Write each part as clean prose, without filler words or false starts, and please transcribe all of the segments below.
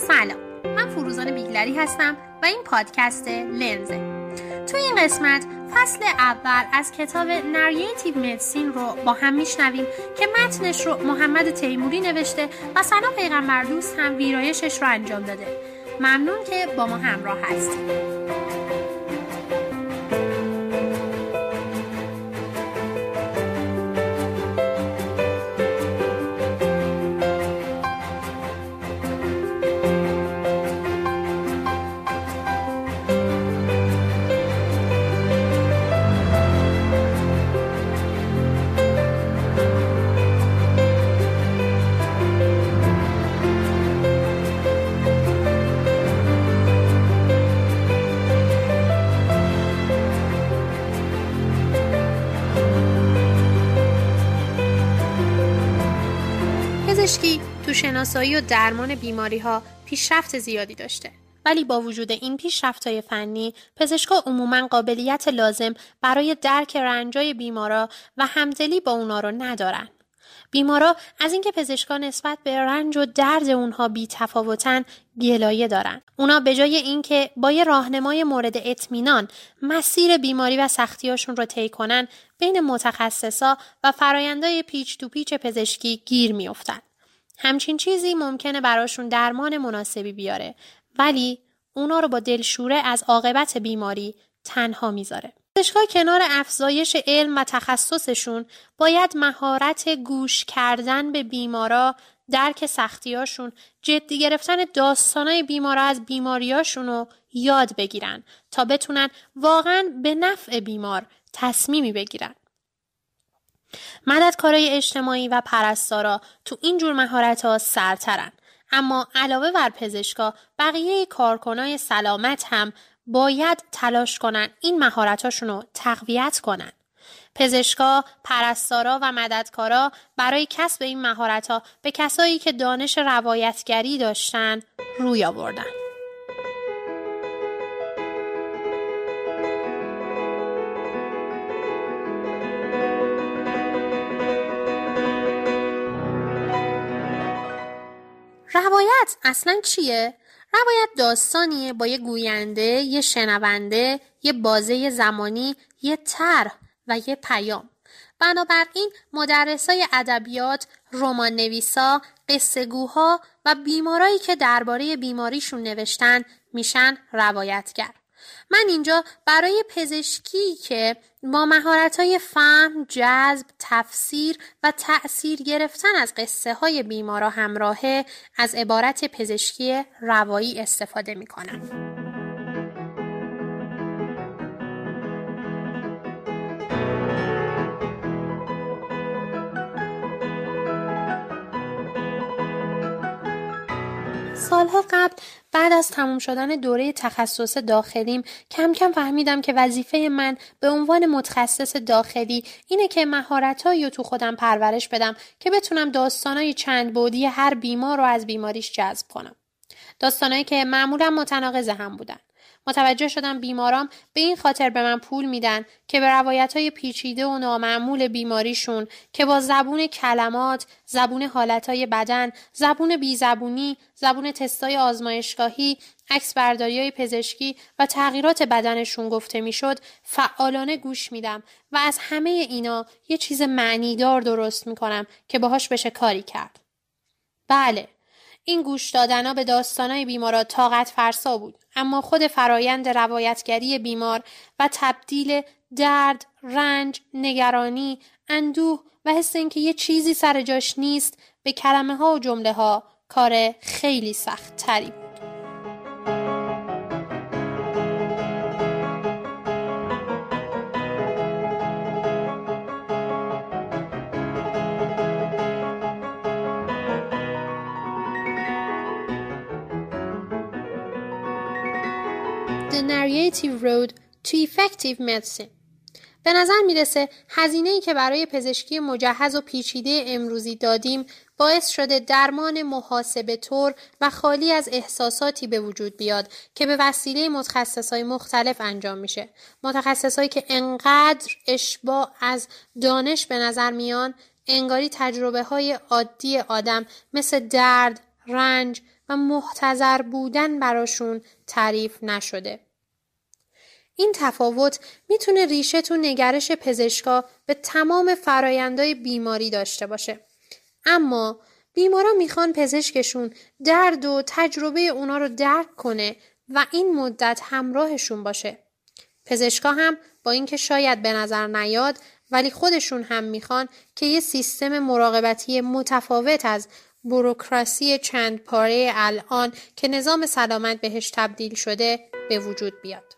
سلام، من فروزان بیگلری هستم و این پادکست لنزه. توی این قسمت فصل اول از کتاب نریتیو مدیسین رو با هم میشنویم که متنش رو محمد تیموری نوشته و سنا پیغمبر دوست هم ویرایشش رو انجام داده. ممنون که با ما همراه هستید. پزشکی تو شناسایی و درمان بیماری‌ها پیشرفت زیادی داشته. ولی با وجود این پیشرفت‌های فنی، پزشکا عموماً قابلیت لازم برای درک رنجای بیمارا و همدلی با اونا رو ندارن. بیمارا از اینکه پزشکا نسبت به رنج و درد اونها بی‌تفاوتن گلایه دارن. اونا به جای اینکه با یه راهنمای مورد اطمینان مسیر بیماری و سختیاشون رو طی کنن، بین متخصصا و فرآیندهای پیچ تو پیچ پزشکی گیر میافتن. همچین چیزی ممکنه براشون درمان مناسبی بیاره، ولی اونا رو با دلشوره از عاقبت بیماری تنها میذاره. پزشکا کنار افزایش علم و تخصصشون باید مهارت گوش کردن به بیمارا، درک سختیاشون، جدی گرفتن داستانای بیمارا از بیماریاشون رو یاد بگیرن تا بتونن واقعاً به نفع بیمار تصمیمی بگیرن. مددکارای اجتماعی و پرستارا تو این جور مهارت‌ها سرترن، اما علاوه بر پزشکا بقیه کارکنای سلامت هم باید تلاش کنن این مهارتاشون رو تقویت کنن. پزشکا، پرستارا و مددکارا برای کسب این مهارت‌ها به کسایی که دانش روایتگری داشتن روی آوردن. روایت اصلاً چیه؟ روایت داستانیه با یه گوینده، یه شنونده، یه بازه زمانی، یه طرح و یه پیام. بنابراین مدرسای ادبیات، رمان نویسا، قصه گوها و بیمارایی که درباره بیماریشون نوشتن میشن روایتگر. من اینجا برای پزشکی که با مهارت‌های فهم، جذب، تفسیر و تأثیر گرفتن از قصه های بیمارا همراهه از عبارت پزشکی روایی استفاده می‌کنم. سالها قبل بعد از تموم شدن دوره تخصص داخلیم کم کم فهمیدم که وظیفه من به عنوان متخصص داخلی اینه که مهارت‌هایی رو تو خودم پرورش بدم که بتونم داستانای چند بعدی هر بیمار رو از بیماریش جذب کنم. داستانایی که معمولا متناقض هم بودن. متوجه شدم بیمارام به این خاطر به من پول میدن که به روایت‌های پیچیده و نامعمول بیماریشون که با زبون کلمات، زبون حالتهای بدن، زبون بیزبونی، زبون تستای آزمایشگاهی، عکسبرداری‌های پزشکی و تغییرات بدنشون گفته میشد، فعالانه گوش میدم و از همه اینا یه چیز معنیدار درست میکنم که باهاش بشه کاری کرد. بله، این گوش دادنها به داستانای بیمارا طاقت فرسا بود، اما خود فرایند روایتگری بیمار و تبدیل درد، رنج، نگرانی، اندوه و حس اینکه یه چیزی سر جاش نیست به کلمه ها و جمله ها کار خیلی سخت تری بود. The Narrative Road to Effective Medicine. به نظر میرسه هزینه‌ای که برای پزشکی مجهز و پیچیده امروزی دادیم باعث شده درمان محاسبه طور و خالی از احساساتی به وجود بیاد که به وسیله متخصصای مختلف انجام میشه. متخصصایی که انقدر اشباع از دانش به نظر میان، انگاری تجربه های عادی آدم مثل درد، رنج، و محتضر بودن براشون تعریف نشده. این تفاوت میتونه ریشه تو نگرش پزشکا به تمام فرایندهای بیماری داشته باشه. اما بیمارا میخوان پزشکشون درد و تجربه اونا رو درک کنه و این مدت همراهشون باشه. پزشکا هم با اینکه شاید به نظر نیاد ولی خودشون هم میخوان که یه سیستم مراقبتی متفاوت از بوروکراسی چند پاره الان که نظام سلامت بهش تبدیل شده به وجود بیاد.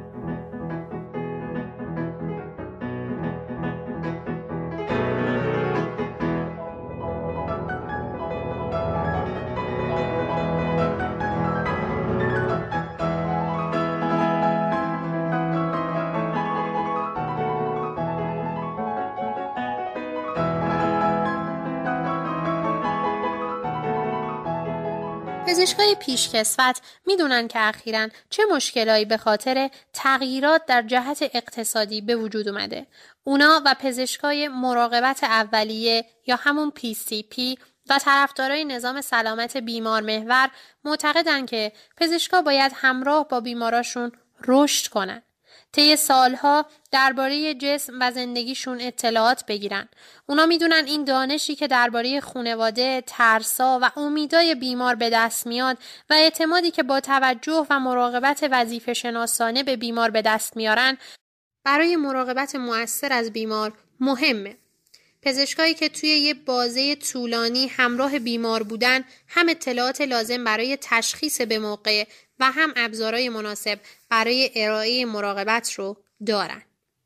پزشکای پیشکسوت میدونن که اخیراً چه مشکلایی به خاطر تغییرات در جهت اقتصادی به وجود اومده. اونا و پزشکای مراقبت اولیه یا همون PCP و طرفدارای نظام سلامت بیمار محور معتقدن که پزشکا باید همراه با بیماراشون رشد کنن. طی سالها درباره جسم و زندگیشون اطلاعات بگیرن. اونا میدونن این دانشی که درباره خانواده، ترسا و امیدای بیمار به دست میاد و اعتمادی که با توجه و مراقبت وظیفه شناسانه به بیمار به دست میارن برای مراقبت مؤثر از بیمار مهمه. پزشکایی که توی یه بازه طولانی همراه بیمار بودن هم اطلاعات لازم برای تشخیص به موقع و هم ابزارهای مناسب برای ارائه مراقبت رو دارن.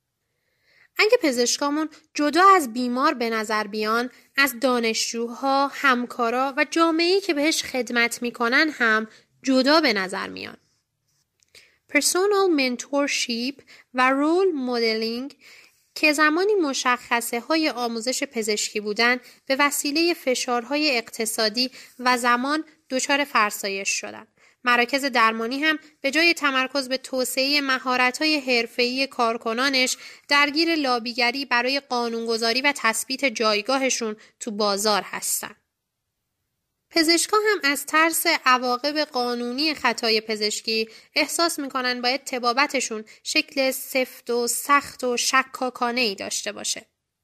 اگه پزشکامون جدا از بیمار به نظر بیان، از دانشجوها، همکارا و جامعه‌ای که بهش خدمت میکنن هم جدا به نظر میان. Personal mentorship و role modeling که زمانی مشخصه های آموزش پزشکی بودن به وسیله فشارهای اقتصادی و زمان دچار فرسایش شدن. مراکز درمانی هم به جای تمرکز به توسعه مهارت‌های حرفه‌ای کارکنانش درگیر لابیگری برای قانونگذاری و تثبیت جایگاهشون تو بازار هستن. پزشکا هم از ترس عواقب قانونی خطای پزشکی احساس میکنن باید طبابتشون شکل سفت و سخت و شکاکانه‌ای داشته باشه.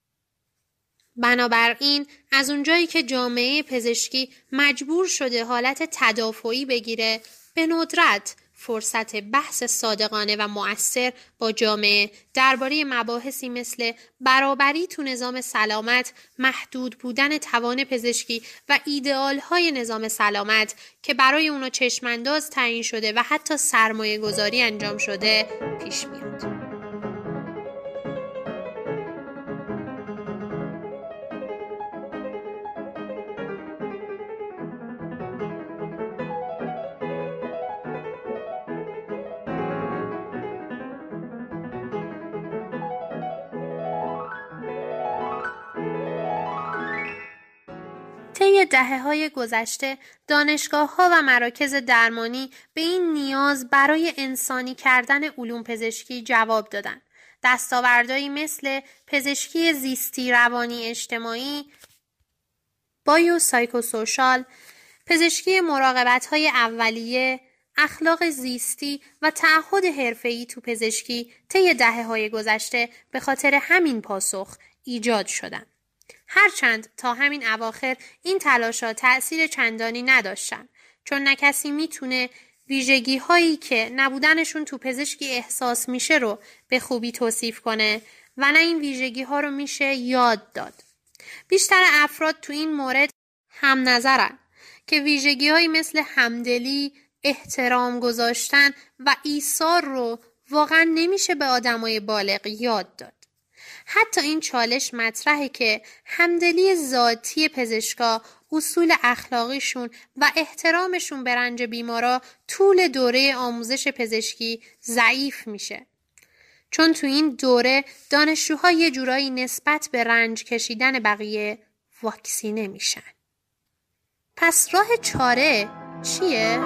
بنابراین از اونجایی که جامعه پزشکی مجبور شده حالت تدافعی بگیره، به ندرت فرصت بحث صادقانه و مؤثر با جامعه درباره مباحثی مثل برابری تو نظام سلامت، محدود بودن توان پزشکی و ایدئال‌های نظام سلامت که برای اونا چشمانداز تعیین شده و حتی سرمایه گذاری انجام شده پیش میاد. طی دهه‌های گذشته دانشگاه‌ها و مراکز درمانی به این نیاز برای انسانی کردن علوم پزشکی جواب دادند. دستاوردهایی مثل پزشکی زیستی روانی اجتماعی، بایوسایکوسوشال، پزشکی مراقبت‌های اولیه، اخلاق زیستی و تعهد حرفه‌ای تو پزشکی طی دهه‌های گذشته به خاطر همین پاسخ ایجاد شدند. هرچند تا همین اواخر این تلاش‌ها تأثیر چندانی نداشتن، چون نه کسی میتونه ویژگی هایی که نبودنشون تو پزشکی احساس میشه رو به خوبی توصیف کنه و نه این ویژگی ها رو میشه یاد داد. بیشتر افراد تو این مورد هم نظرن که ویژگی هایی مثل همدلی، احترام گذاشتن و ایثار رو واقعا نمیشه به آدمای بالغ یاد داد. حتی این چالش مطرحه که همدلی ذاتی پزشکا، اصول اخلاقیشون و احترامشون به رنج بیمارا طول دوره آموزش پزشکی ضعیف میشه. چون تو این دوره دانشجوها یه جورایی نسبت به رنج کشیدن بقیه واکسینه میشن. پس راه چاره چیه؟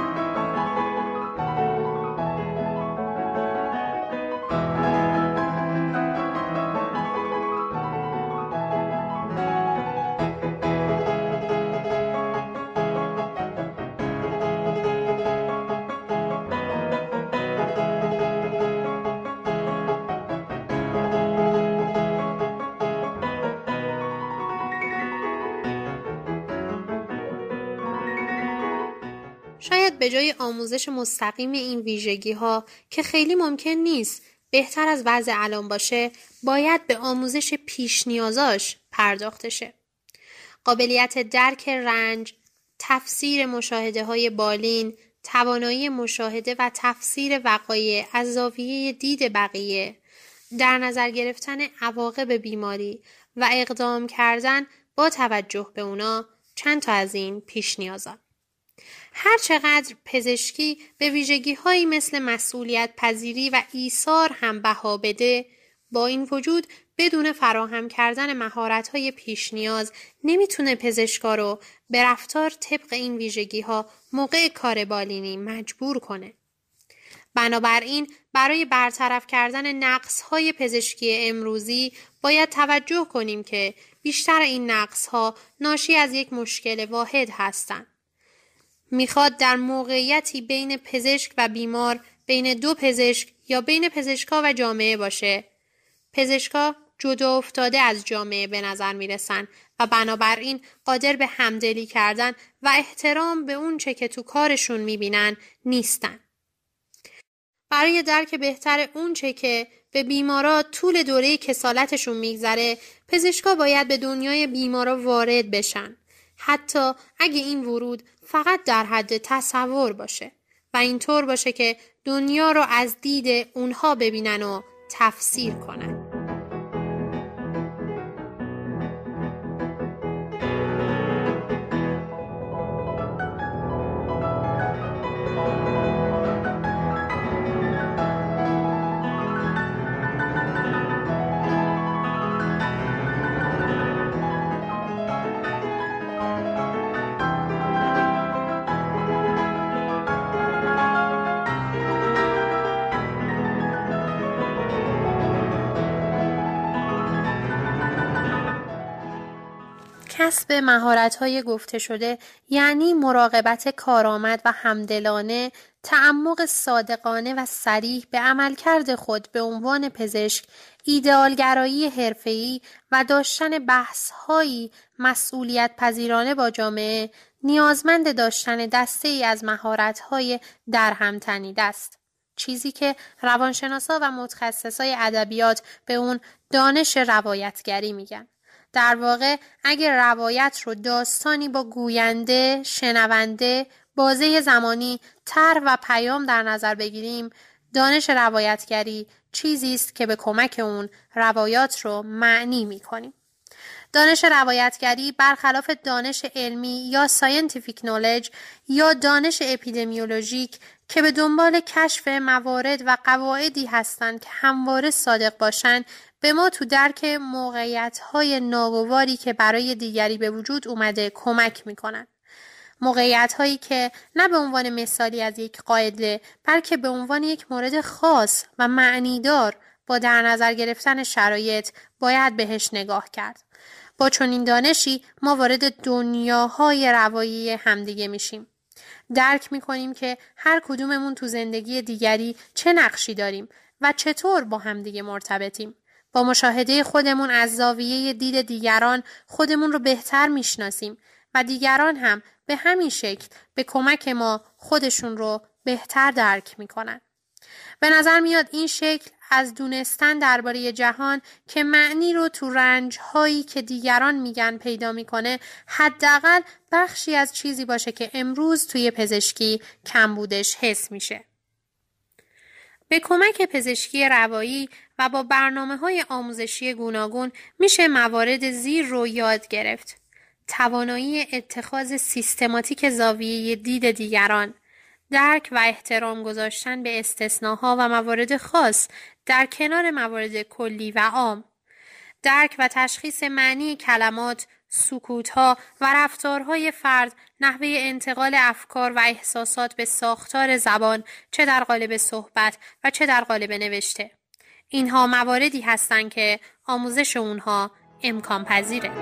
شاید به جای آموزش مستقیم این ویژگی‌ها که خیلی ممکن نیست بهتر از وضع الان باشه، باید به آموزش پیش نیازاش پرداخته شه. قابلیت درک رنج، تفسیر مشاهده‌های بالین، توانایی مشاهده و تفسیر وقایع از زاویه دید بقیه، در نظر گرفتن عواقب بیماری و اقدام کردن با توجه به اونا چند تا از این پیش نیازا. هر چقدر پزشکی به ویژگی‌هایی مثل مسئولیت پذیری و ایثار هم بها بده، با این وجود بدون فراهم کردن مهارت‌های پیش نیاز نمیتونه پزشکا رو به رفتار طبق این ویژگی‌ها موقع کار بالینی مجبور کنه. بنابراین برای برطرف کردن نقص‌های پزشکی امروزی باید توجه کنیم که بیشتر این نقص‌ها ناشی از یک مشکل واحد هستند. میخواد در موقعیتی بین پزشک و بیمار، بین دو پزشک یا بین پزشکا و جامعه باشه. پزشکا جدا افتاده از جامعه به نظر میرسن و بنابراین قادر به همدلی کردن و احترام به اون چه که تو کارشون میبینن نیستن. برای درک بهتر اون چه که به بیمارا طول دوره کسالتشون میگذره، پزشکا باید به دنیای بیمارا وارد بشن. حتی اگه این ورود فقط در حد تصور باشه و اینطور باشه که دنیا رو از دید اونها ببینن و تفسیر کنن. کسب مهارت‌های گفته شده یعنی مراقبت کارآمد و همدلانه، تعمق صادقانه و صریح به عملکرد خود به عنوان پزشک، ایدئالگرایی حرفه‌ای و داشتن بحث‌هایی مسئولیت پذیرانه با جامعه، نیازمند داشتن دسته‌ای از مهارت‌های درهم تنیده است. چیزی که روانشناسا و متخصصای ادبیات به اون دانش روایتگری میگن. در واقع اگر روایت رو داستانی با گوینده، شنونده، بازه زمانی، طرح و پیام در نظر بگیریم، دانش روایتگری چیزی است که به کمک اون روایات رو معنی می‌کنیم. دانش روایتگری برخلاف دانش علمی یا scientific knowledge یا دانش اپیدمیولوژیک که به دنبال کشف موارد و قواعدی هستند که همواره صادق باشند، به ما تو درک موقعیت‌های ناگواری که برای دیگری به وجود اومده کمک می‌کنند. موقعیت‌هایی که نه به عنوان مثالی از یک قاعده، بلکه به عنوان یک مورد خاص و معنیدار با در نظر گرفتن شرایط باید بهش نگاه کرد. با چنین دانشی ما وارد دنیاهای روایی همدیگه میشیم. درک می‌کنیم که هر کدوممون تو زندگی دیگری چه نقشی داریم و چطور با همدیگه مرتبطیم. با مشاهده خودمون از زاویه دید دیگران خودمون رو بهتر میشناسیم و دیگران هم به همین شکل به کمک ما خودشون رو بهتر درک میکنن. به نظر میاد این شکل از دونستن درباره جهان که معنی رو تو رنج‌هایی که دیگران میگن پیدا میکنه، حداقل بخشی از چیزی باشه که امروز توی پزشکی کمبودش حس میشه. به کمک پزشکی روایی و با برنامه‌های آموزشی گوناگون میشه موارد زیر رو یاد گرفت. توانایی اتخاذ سیستماتیک زاویه دید دیگران، درک و احترام گذاشتن به استثناها و موارد خاص در کنار موارد کلی و عام، درک و تشخیص معنی کلمات، سکوت‌ها و رفتارهای فرد، نحوه انتقال افکار و احساسات به ساختار زبان، چه در قالب صحبت و چه در قالب نوشته. اینها مواردی هستند که آموزش اونها امکان پذیره.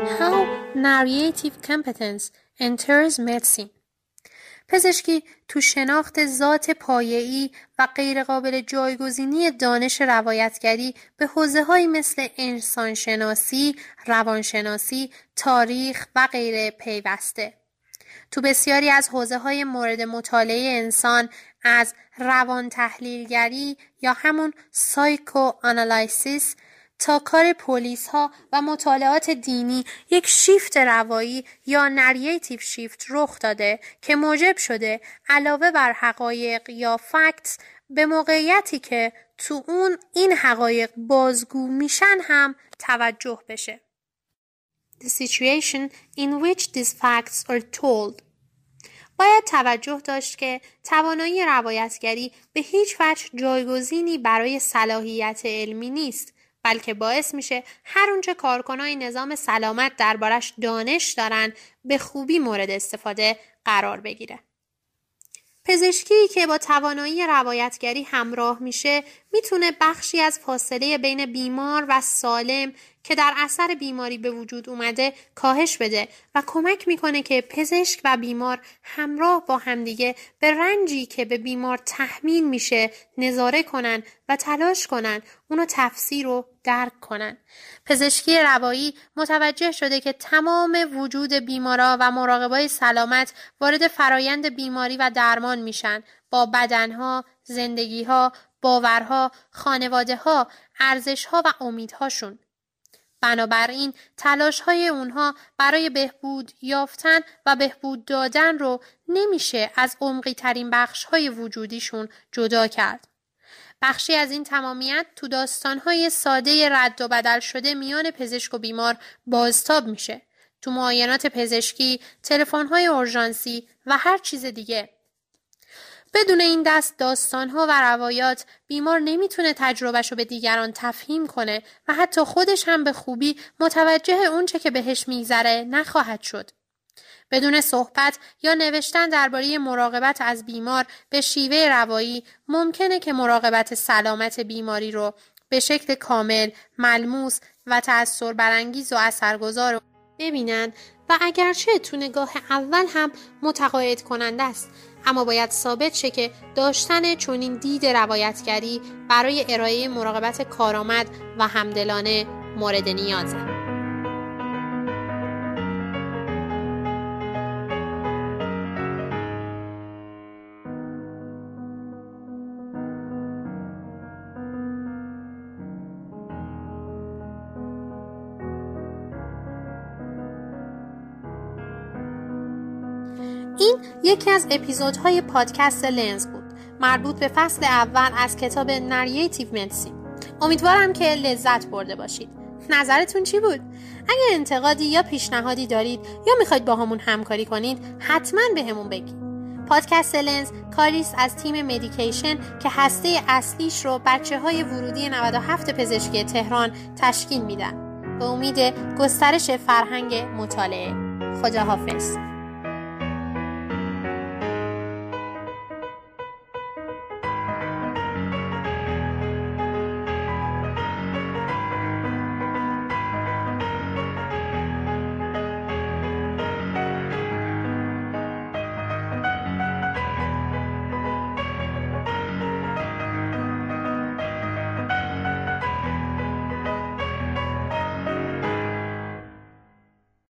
How narrative competence enters medicine. پزشکی تو شناخت ذات پایه‌ای و غیرقابل جایگزینی دانش روایتگری به حوزه‌هایی مثل انسانشناسی، روانشناسی، تاریخ و غیره پیوسته. تو بسیاری از حوزه‌های مورد مطالعه انسان، از روان تحلیلگری یا همون سایکو آنالیسیس تا کار پلیس ها و مطالعات دینی، یک شیفت روایی یا نریتیو شیفت رخ داده که موجب شده علاوه بر حقایق یا فکت به موقعیتی که تو اون این حقایق بازگو میشن هم توجه بشه. The situation in which these facts are told. باید توجه داشت که توانایی روایتگری به هیچ وجه جایگزینی برای صلاحیت علمی نیست، بلکه باعث میشه هر اونچه کارکنای نظام سلامت دربارش دانش دارن به خوبی مورد استفاده قرار بگیره. پزشکی که با توانایی روایتگری همراه میشه میتونه بخشی از فاصله بین بیمار و سالم که در اثر بیماری به وجود اومده کاهش بده و کمک میکنه که پزشک و بیمار همراه با همدیگه به رنجی که به بیمار تحمیل میشه نظاره کنن و تلاش کنن اونو تفسیر و درک کنن. پزشکی روایی متوجه شده که تمام وجود بیمارا و مراقبای سلامت وارد فرایند بیماری و درمان میشن، با بدنها، زندگیها، باورها، خانواده‌ها، ارزش‌ها و امیدهاشون. بنابراین تلاش‌های اونها برای بهبود یافتن و بهبود دادن رو نمیشه از عمقی ترین بخش‌های وجودیشون جدا کرد. بخشی از این تمامیت تو داستان‌های ساده رد و بدل شده میان پزشک و بیمار بازتاب میشه. تو معاینات پزشکی، تلفن‌های اورژانسی و هر چیز دیگه. بدون این دست داستان‌ها و روایات بیمار نمیتونه تجربهشو به دیگران تفهیم کنه و حتی خودش هم به خوبی متوجه اونچه که بهش میگذره نخواهد شد. بدون صحبت یا نوشتن درباره مراقبت از بیمار به شیوه روایی ممکنه که مراقبت سلامت بیماری رو به شکل کامل، ملموس و تأثیر برانگیز و اثرگذار ببینن و اگرچه تو نگاه اول هم متقاعد کننده است، اما باید ثابت شه که داشتن چنین دید روایتگری برای ارائه مراقبت کارآمد و همدلانه مورد نیازه. این یکی از اپیزودهای پادکست لنز بود، مربوط به فصل اول از کتاب نریتیو مدیسین. امیدوارم که لذت برده باشید. نظرتون چی بود؟ اگر انتقادی یا پیشنهادی دارید یا میخواید با همون همکاری کنید، حتما به همون بگید. پادکست لنز کاریست از تیم مدیکیشن که هسته اصلیش رو بچه‌های ورودی 97 پزشکی تهران تشکیل میدن. به امید گسترش فرهنگ مطالعه. خداحافظ.